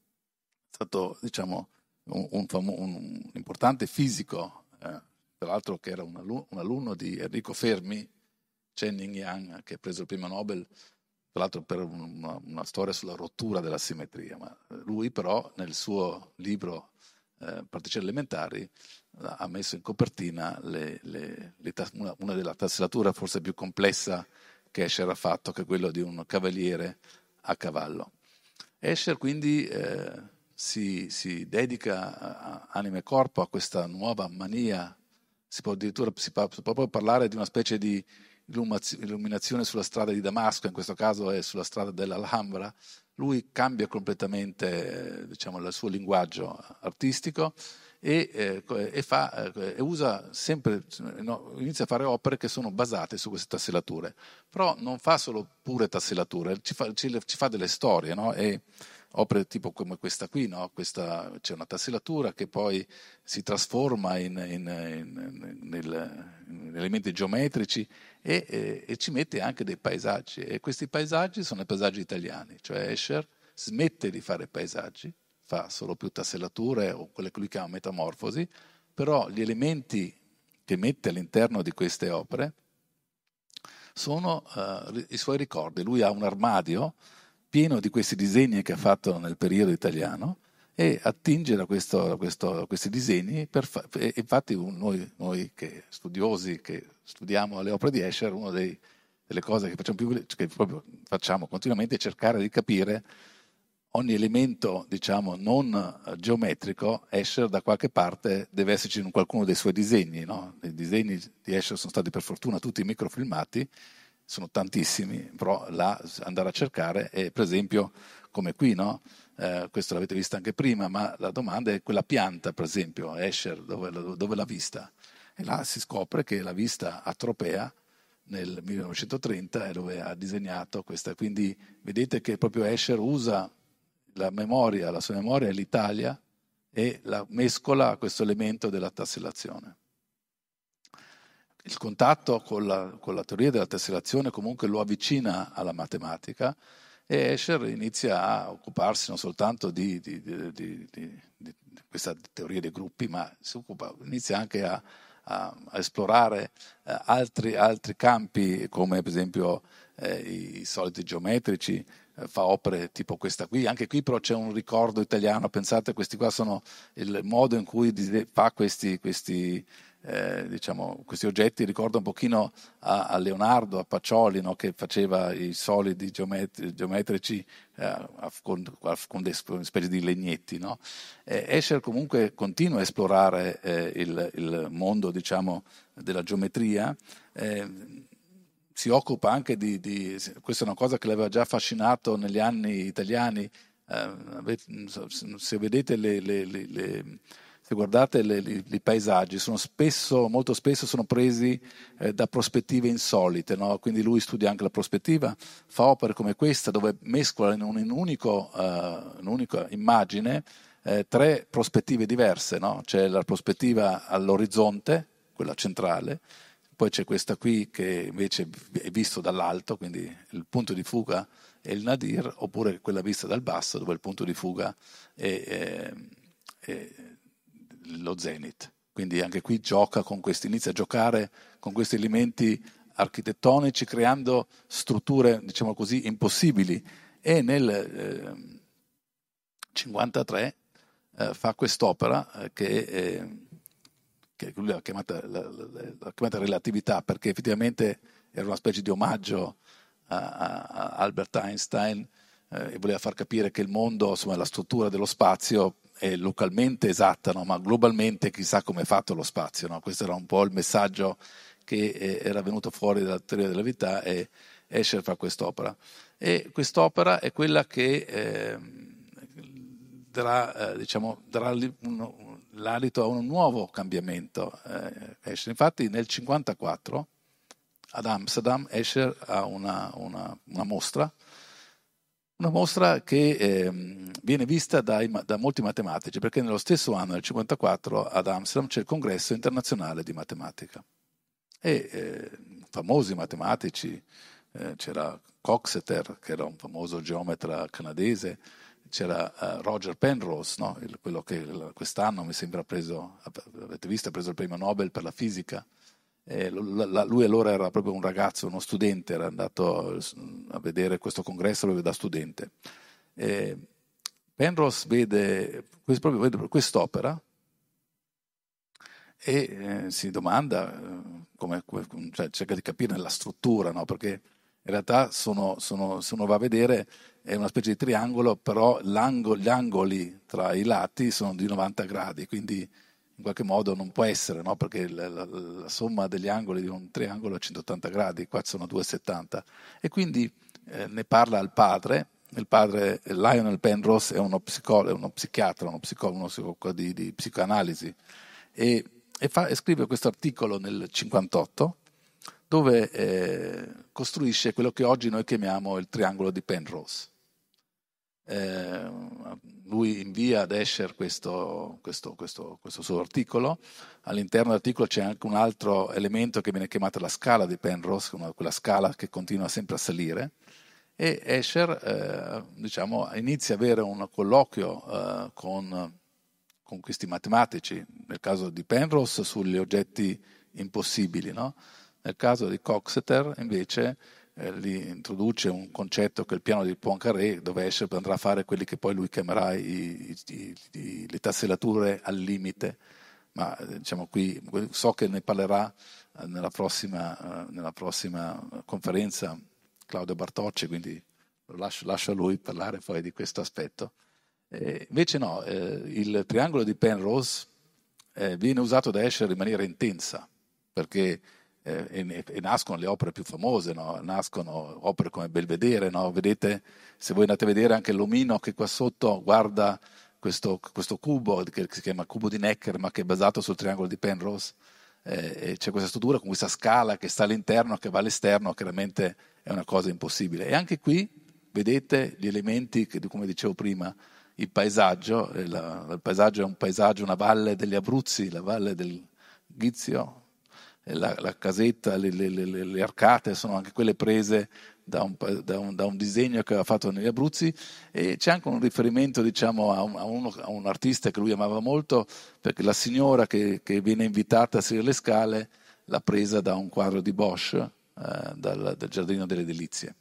stato, diciamo, un, un, famo, un importante fisico, eh, tra l'altro che era un alunno, un alunno di Enrico Fermi, Chen Yang, che ha preso il premio Nobel, tra l'altro per una, una storia sulla rottura della simmetria, ma lui però nel suo libro eh, Particelle elementari ha messo in copertina le, le, le, una, una della tassellatura forse più complessa che Escher ha fatto, che è quello di un cavaliere a cavallo. Escher quindi eh, si, si dedica a, anima e corpo a questa nuova mania, si può addirittura si può, si può parlare di una specie di illuminazione sulla strada di Damasco, in questo caso è sulla strada dell'Alhambra. Lui cambia completamente diciamo, il suo linguaggio artistico e, eh, e, fa, eh, e usa sempre, no, inizia a fare opere che sono basate su queste tassellature, però non fa solo pure tassellature, ci fa, ci, ci fa delle storie, no? E opere tipo come questa qui, no? Questa, c'è una tassellatura che poi si trasforma in, in, in, in, nel, in elementi geometrici e, e, e ci mette anche dei paesaggi, e questi paesaggi sono i paesaggi italiani, cioè Escher smette di fare paesaggi, fa solo più tassellature o quelle che lui chiama metamorfosi, però gli elementi che mette all'interno di queste opere sono uh, i suoi ricordi. Lui ha un armadio pieno di questi disegni che ha fatto nel periodo italiano e attinge da, questo, da, questo, da questi disegni. Per fa- e infatti noi, noi che studiosi, che studiamo le opere di Escher, una dei, delle cose che facciamo, più, che proprio facciamo continuamente è cercare di capire ogni elemento, diciamo, non geometrico. Escher da qualche parte deve esserci in qualcuno dei suoi disegni, no? I disegni di Escher sono stati per fortuna tutti microfilmati, sono tantissimi, però là andare a cercare, e per esempio come qui, no? Eh, questo l'avete visto anche prima, ma la domanda è quella pianta, per esempio, Escher, dove, dove l'ha vista? E là si scopre che l'ha vista a Tropea nel millenovecentotrenta, e dove ha disegnato questa. Quindi vedete che proprio Escher usa la memoria, la sua memoria è l'Italia, e la mescola a questo elemento della tassellazione. Il contatto con la, con la teoria della tessellazione comunque lo avvicina alla matematica, e Escher inizia a occuparsi non soltanto di, di, di, di, di, di questa teoria dei gruppi, ma si occupa, inizia anche a, a, a esplorare eh, altri, altri campi, come per esempio eh, i soliti geometrici, eh, fa opere tipo questa qui. Anche qui però c'è un ricordo italiano, pensate, questi qua sono il modo in cui fa questi, questi eh, diciamo, questi oggetti ricordano un pochino a, a Leonardo, a Pacioli, no? Che faceva i solidi geometri, geometrici eh, con, con delle specie di legnetti, no? eh, Escher comunque continua a esplorare eh, il, il mondo, diciamo, della geometria. eh, si occupa anche di, di, questa è una cosa che l'aveva già affascinato negli anni italiani, eh, se vedete le, le, le, le se guardate le, le, i paesaggi, sono spesso, molto spesso sono presi eh, da prospettive insolite, no? Quindi lui studia anche la prospettiva, fa opere come questa dove mescola in, un, in, unico, uh, in un'unica immagine eh, tre prospettive diverse, no? C'è la prospettiva all'orizzonte, quella centrale, poi c'è questa qui che invece è visto dall'alto, quindi il punto di fuga è il nadir, oppure quella vista dal basso dove il punto di fuga è, è, è lo zenith. Quindi anche qui gioca con questi, inizia a giocare con questi elementi architettonici, creando strutture, diciamo così, impossibili. E nel eh, cinquantatré eh, fa quest'opera eh, che, eh, che lui l'ha chiamata, la, la, l'ha chiamata relatività, perché effettivamente era una specie di omaggio a, a, a Albert Einstein eh, e voleva far capire che il mondo, insomma, la struttura dello spazio è localmente esatta, no? Ma globalmente chissà come è fatto lo spazio, no? Questo era un po' il messaggio che eh, era venuto fuori dalla teoria della relatività, e Escher fa quest'opera. E quest'opera è quella che eh, darà, eh, diciamo, darà uno, l'alito a un nuovo cambiamento. Eh, Escher. Infatti nel cinquantaquattro ad Amsterdam Escher ha una, una, una mostra, una mostra che eh, viene vista dai, da molti matematici, perché nello stesso anno, nel cinquantaquattro, ad Amsterdam c'è il congresso internazionale di matematica. E eh, famosi matematici, eh, c'era Coxeter, che era un famoso geometra canadese, c'era uh, Roger Penrose, no? il, quello che quest'anno mi sembra ha preso, avete visto, ha preso il premio Nobel per la fisica. Eh, lui allora era proprio un ragazzo, uno studente, era andato a vedere questo congresso lui da studente. Eh, Penrose vede, proprio vede quest'opera e eh, si domanda, eh, come, cioè, cerca di capire la struttura, no? Perché in realtà sono, sono, se uno va a vedere è una specie di triangolo, però gli angoli tra i lati sono di novanta gradi, quindi in qualche modo non può essere, no? Perché la, la, la somma degli angoli di un triangolo è centottanta gradi, qua sono duecentosettanta. E quindi eh, ne parla al padre. Il padre Lionel Penrose è uno, psicolo, è uno psichiatra, uno, psico, uno psico, di, di psicoanalisi, e, e, fa, e scrive questo articolo nel cinquantotto dove eh, costruisce quello che oggi noi chiamiamo il triangolo di Penrose. Eh, lui invia ad Escher questo, questo, questo, questo suo articolo. All'interno dell'articolo c'è anche un altro elemento che viene chiamato la scala di Penrose, quella scala che continua sempre a salire, e Escher eh, diciamo, inizia a avere un colloquio eh, con, con questi matematici, nel caso di Penrose sugli oggetti impossibili, no? Nel caso di Coxeter invece Eh, lì introduce un concetto che è il piano di Poincaré, dove Escher andrà a fare quelli che poi lui chiamerà i, i, i, le tassellature al limite, ma diciamo qui so che ne parlerà nella prossima, nella prossima conferenza Claudio Bartocci, quindi lo lascio, lascio a lui parlare poi di questo aspetto. Eh, invece no, eh, il triangolo di Penrose eh, viene usato da Escher in maniera intensa, perché Eh, e, e nascono le opere più famose, no? Nascono opere come Belvedere, no? Vedete, se voi andate a vedere anche l'omino che qua sotto guarda questo, questo cubo che si chiama cubo di Necker, ma che è basato sul triangolo di Penrose, eh, e c'è questa struttura con questa scala che sta all'interno, che va all'esterno, chiaramente è una cosa impossibile. E anche qui vedete gli elementi che, come dicevo prima, il paesaggio, la, il paesaggio è un paesaggio, una valle degli Abruzzi, la valle del Ghizio, La, la casetta, le, le, le, le arcate sono anche quelle prese da un, da, un, da un disegno che aveva fatto negli Abruzzi, e c'è anche un riferimento, diciamo, a un, a, uno, a un artista che lui amava molto, perché la signora che, che viene invitata a salire le scale l'ha presa da un quadro di Bosch, eh, dal, dal Giardino delle Delizie.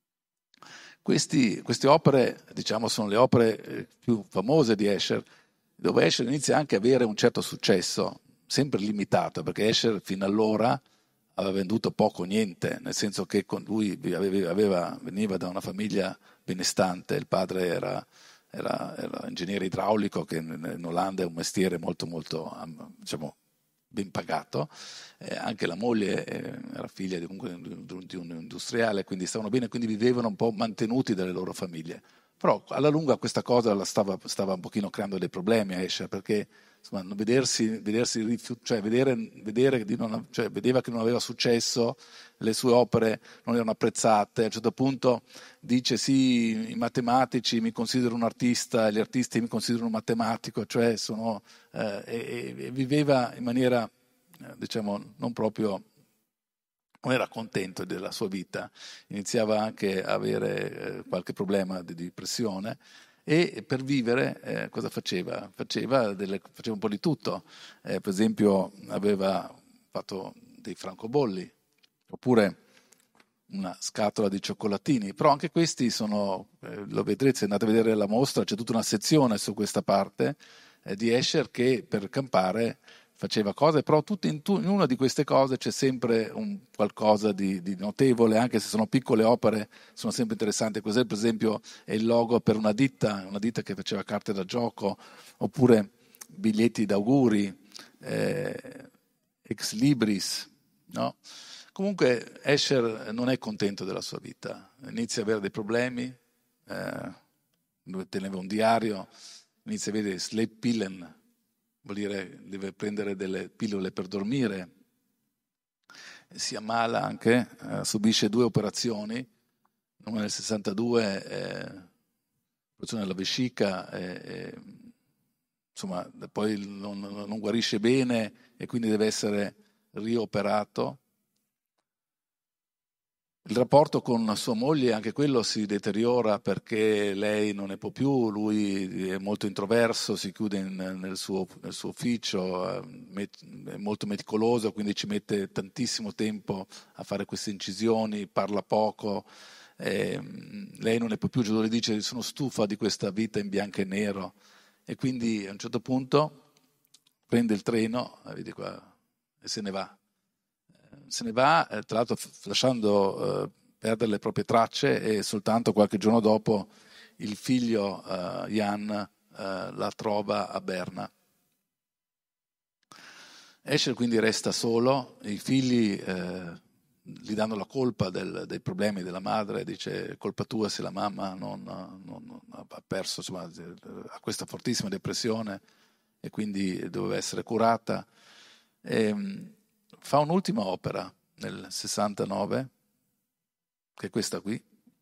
Questi, queste opere, diciamo, sono le opere più famose di Escher, dove Escher inizia anche a avere un certo successo. sempre limitato, perché Escher fino allora aveva venduto poco o niente, nel senso che con lui aveva, aveva, veniva da una famiglia benestante, il padre era, era, era ingegnere idraulico, che in, in Olanda è un mestiere molto molto, diciamo, ben pagato, eh, anche la moglie eh, era figlia di un, di un industriale, quindi stavano bene, quindi vivevano un po' mantenuti dalle loro famiglie. Però alla lunga questa cosa la stava, stava un pochino creando dei problemi a Escher, perché insomma, vedersi, vedersi rifiut- cioè, vedere, vedere di non, cioè, vedeva che non aveva successo, le sue opere non erano apprezzate. A un certo punto dice sì, i matematici mi considerano un artista, gli artisti mi considerano un matematico, cioè sono, eh, e, e viveva in maniera, eh, diciamo, non proprio, non era contento della sua vita, iniziava anche a avere eh, qualche problema di depressione. E per vivere eh, cosa faceva? Faceva, delle, faceva un po' di tutto, eh, per esempio aveva fatto dei francobolli, oppure una scatola di cioccolatini, però anche questi sono, eh, lo vedrete se andate a vedere la mostra, c'è tutta una sezione su questa parte eh, di Escher che per campare faceva cose, però tutte in, tu, in una di queste cose c'è sempre un qualcosa di, di notevole, anche se sono piccole opere, sono sempre interessanti. Cos'è, per esempio, è il logo per una ditta, una ditta che faceva carte da gioco, oppure biglietti d'auguri, eh, ex libris, no? Comunque Escher non è contento della sua vita, inizia a avere dei problemi, eh, teneva un diario, inizia a avere sleep pillen, vuol dire deve prendere delle pillole per dormire, si ammala anche, eh, subisce due operazioni, una nel sessantadue, eh, operazione alla vescica, eh, eh, insomma poi non, non guarisce bene e quindi deve essere rioperato. Il rapporto con sua moglie, anche quello si deteriora perché lei non ne può più, lui è molto introverso, si chiude in, nel, suo, nel suo ufficio, è molto meticoloso, quindi ci mette tantissimo tempo a fare queste incisioni, parla poco, eh, lei non ne può più, Giulio le dice sono stufa di questa vita in bianco e nero, e quindi a un certo punto prende il treno, vedi qua, e se ne va. Se ne va, eh, tra l'altro f- lasciando eh, perdere le proprie tracce, e soltanto qualche giorno dopo il figlio eh, Jan eh, la trova a Berna. Escher quindi resta solo, i figli eh, gli danno la colpa del, dei problemi della madre, dice colpa tua se la mamma non, non, non ha perso, insomma, ha questa fortissima depressione e quindi doveva essere curata. E, fa un'ultima opera nel sessantanove, che è questa qui,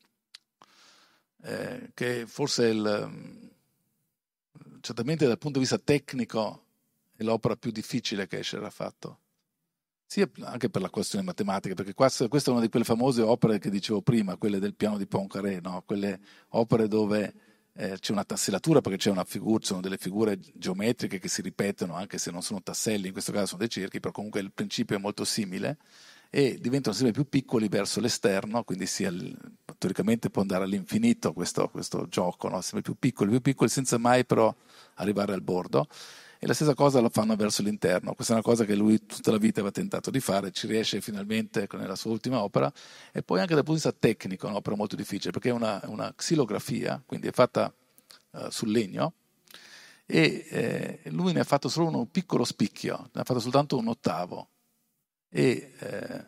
eh, che forse è il, certamente dal punto di vista tecnico è l'opera più difficile che Escher ha fatto, sia anche per la questione matematica, perché questa, questa è una di quelle famose opere che dicevo prima, quelle del piano di Poincaré, no? Quelle opere dove eh, c'è una tassellatura, perché c'è una figura, sono delle figure geometriche che si ripetono, anche se non sono tasselli, in questo caso sono dei cerchi, però comunque il principio è molto simile, e diventano sempre più piccoli verso l'esterno, quindi si, teoricamente può andare all'infinito questo, questo gioco, no? Sempre più piccoli, più piccoli, senza mai però arrivare al bordo. E la stessa cosa lo fanno verso l'interno. Questa è una cosa che lui tutta la vita aveva tentato di fare, ci riesce finalmente nella sua ultima opera, e poi anche dal punto di vista tecnico è un'opera molto difficile, perché è una, una xilografia, quindi è fatta uh, sul legno, e eh, lui ne ha fatto solo un piccolo spicchio, ne ha fatto soltanto un ottavo, e eh,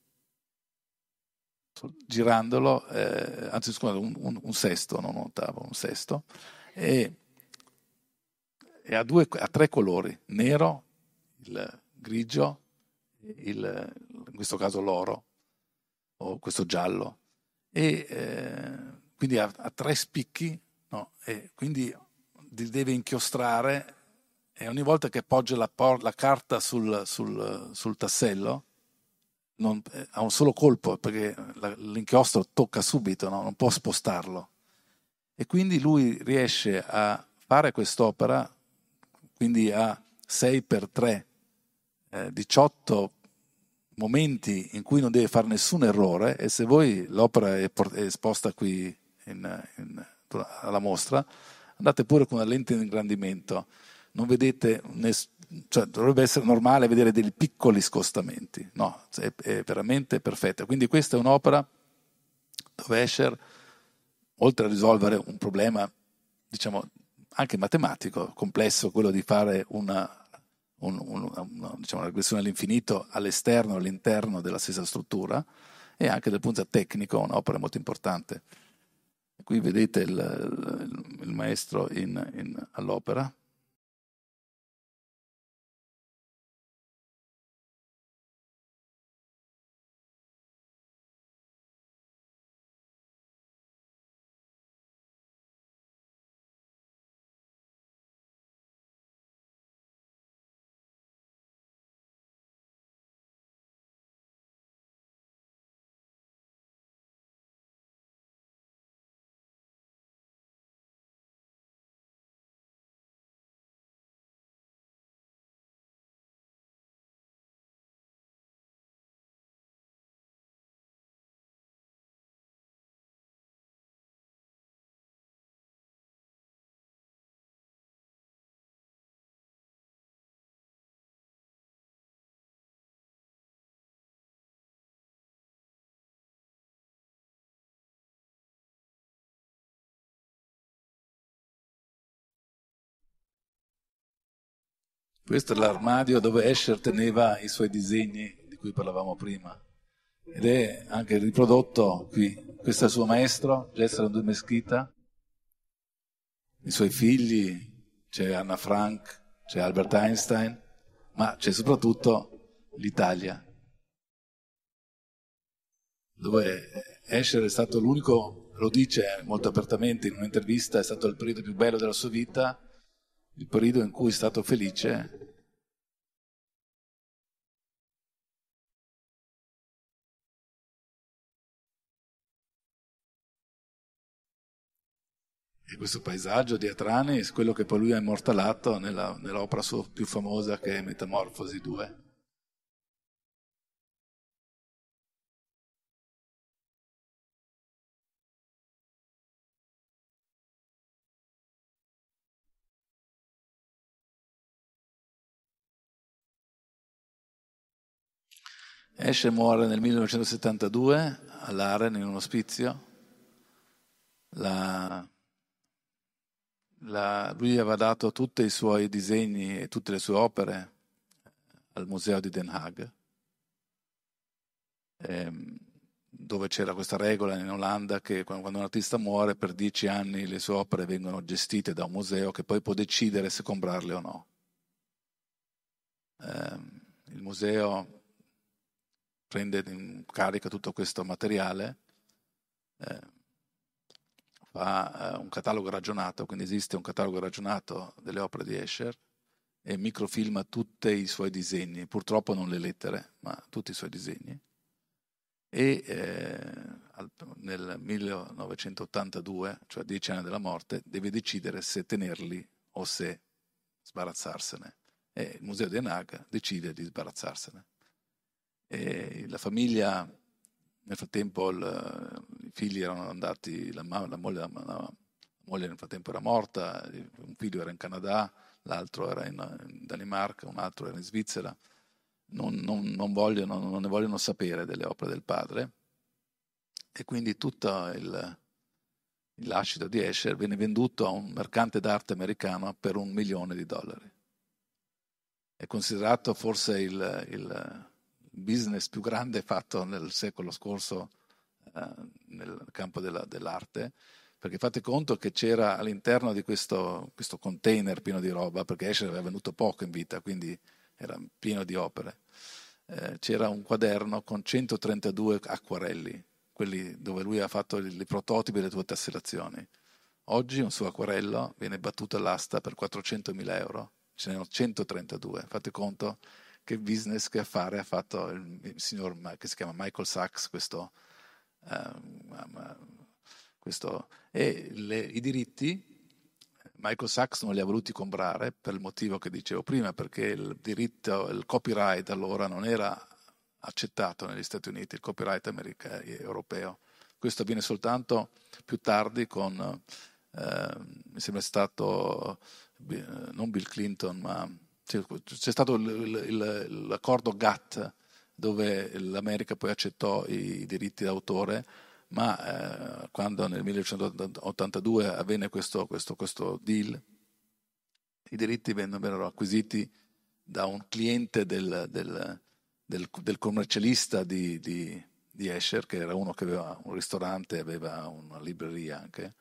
girandolo, eh, anzi scusa, un, un, un sesto, non un ottavo, un sesto, e e ha, due, ha tre colori, nero, il grigio, il, in questo caso l'oro, o questo giallo, e eh, quindi ha, ha tre spicchi, no? E quindi li deve inchiostrare, e ogni volta che appoggia la, por- la carta sul, sul, sul tassello non, eh, ha un solo colpo, perché la, l'inchiostro tocca subito, no? Non può spostarlo, e quindi lui riesce a fare quest'opera, quindi ha sei per tre, eh, diciotto momenti in cui non deve fare nessun errore, e se voi l'opera è, port- è esposta qui in, in, alla mostra, andate pure con una lente di ingrandimento, non vedete, ness- cioè dovrebbe essere normale vedere dei piccoli scostamenti, no, è, è veramente perfetta. Quindi questa è un'opera dove Escher, oltre a risolvere un problema, diciamo, anche matematico, complesso, quello di fare una, un, un, una, diciamo, una regressione all'infinito all'esterno e all'interno della stessa struttura, e anche dal punto di vista tecnico un'opera molto importante. Qui vedete il, il, il maestro in, in, all'opera. Questo è l'armadio dove Escher teneva i suoi disegni di cui parlavamo prima, ed è anche riprodotto qui. Questo è il suo maestro, Gertrude de Mesquita, i suoi figli, c'è Anna Frank, c'è Albert Einstein, ma c'è soprattutto l'Italia, dove Escher è stato l'unico, lo dice molto apertamente in un'intervista, è stato il periodo più bello della sua vita, il periodo in cui è stato felice. E questo paesaggio di Atrani è quello che poi lui ha immortalato nella, nell'opera sua più famosa, che è Metamorfosi due. Esce muore nel millenovecentosettantadue all'Aren in un ospizio. La, la, lui aveva dato tutti i suoi disegni e tutte le sue opere al museo di Den Haag, ehm, dove c'era questa regola in Olanda che quando un artista muore per dieci anni le sue opere vengono gestite da un museo che poi può decidere se comprarle o no. Ehm, il museo prende in carica tutto questo materiale, eh, fa eh, un catalogo ragionato, quindi esiste un catalogo ragionato delle opere di Escher e microfilma tutti i suoi disegni, purtroppo non le lettere, ma tutti i suoi disegni. E eh, al, nel millenovecentottantadue, cioè dieci anni dalla morte, deve decidere se tenerli o se sbarazzarsene. E il Museo di Den Haag decide di sbarazzarsene. E la famiglia, nel frattempo il, i figli erano andati, la, la, moglie, la, la moglie nel frattempo era morta, un figlio era in Canada, l'altro era in, in Danimarca, un altro era in Svizzera, non, non, non, vogliono, non ne vogliono sapere delle opere del padre, e quindi tutto il, il lascito di Escher viene venduto a un mercante d'arte americano per un milione di dollari. È considerato forse il, il business più grande fatto nel secolo scorso eh, nel campo della, dell'arte, perché fate conto che c'era all'interno di questo, questo container pieno di roba, perché Escher aveva venuto poco in vita, quindi era pieno di opere, eh, c'era un quaderno con centotrentadue acquarelli, quelli dove lui ha fatto i, i prototipi delle tue tessellazioni. Oggi un suo acquarello viene battuto all'asta per quattrocentomila euro, ce ne sono centotrentadue, fate conto che business, che affare ha fatto il, il signor che si chiama Michael Sachs, questo, uh, questo e le, i diritti Michael Sachs non li ha voluti comprare per il motivo che dicevo prima, perché il diritto, il copyright allora non era accettato negli Stati Uniti, il copyright americano, europeo. Questo avviene soltanto più tardi con, eh, mi sembra stato non Bill Clinton, ma c'è stato il, il, l'accordo GATT dove l'America poi accettò i, i diritti d'autore, ma eh, quando nel millenovecentottantadue avvenne questo, questo, questo deal, i diritti vennero acquisiti da un cliente del, del, del, del commercialista di, di, di Escher, che era uno che aveva un ristorante, aveva una libreria anche,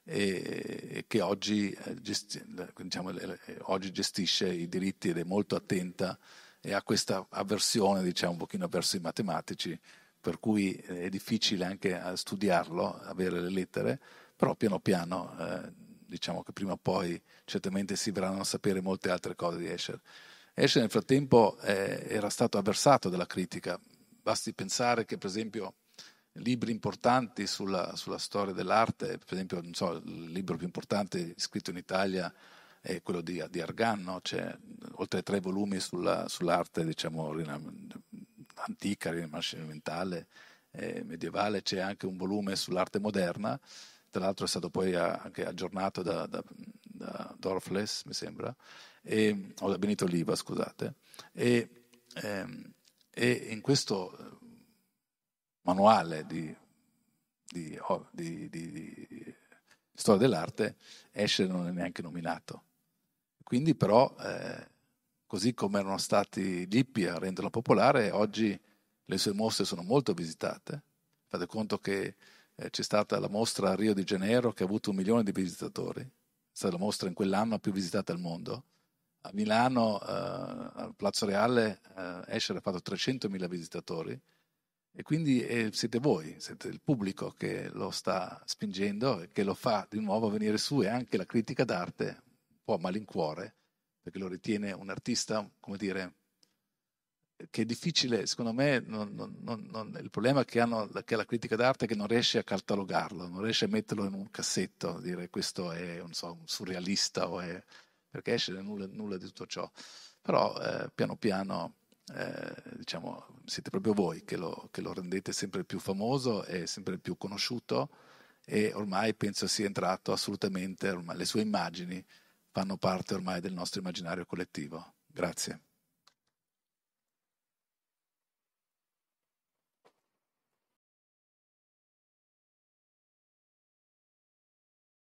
e che oggi, gesti, diciamo, oggi gestisce i diritti ed è molto attenta e ha questa avversione, diciamo, un pochino verso i matematici, per cui è difficile anche studiarlo, avere le lettere, però piano piano eh, diciamo che prima o poi certamente si verranno a sapere molte altre cose di Escher. Escher nel frattempo eh, era stato avversato dalla critica, basti pensare che per esempio libri importanti sulla, sulla storia dell'arte, per esempio non so, il libro più importante scritto in Italia è quello di, di Argan, no? C'è oltre tre volumi sulla, sull'arte, diciamo, antica, rinascimentale, eh, medievale, c'è anche un volume sull'arte moderna, tra l'altro è stato poi anche aggiornato da, da, da Dorfles, mi sembra, e, o da Benito Oliva, scusate, e, ehm, e in questo manuale di, di, di, di, di storia dell'arte Escher non è neanche nominato. Quindi però, eh, così come erano stati gli hippie a renderlo popolare, oggi le sue mostre sono molto visitate. Fate conto che eh, c'è stata la mostra a Rio de Janeiro che ha avuto un milione di visitatori, è stata la mostra in quell'anno più visitata al mondo. A Milano, eh, al Palazzo Reale, eh, Escher ha fatto trecentomila visitatori. E quindi eh, siete voi, siete il pubblico che lo sta spingendo e che lo fa di nuovo venire su, e anche la critica d'arte un po' a malincuore, perché lo ritiene un artista, come dire, che è difficile, secondo me, non, non, non, non, il problema che, hanno, che ha la critica d'arte è che non riesce a catalogarlo, non riesce a metterlo in un cassetto, dire questo è non so, un surrealista, o è, perché esce nulla, nulla di tutto ciò. Però eh, piano piano... Eh, diciamo, siete proprio voi che lo, che lo rendete sempre più famoso e sempre più conosciuto, e ormai penso sia entrato assolutamente, ormai le sue immagini fanno parte ormai del nostro immaginario collettivo. Grazie.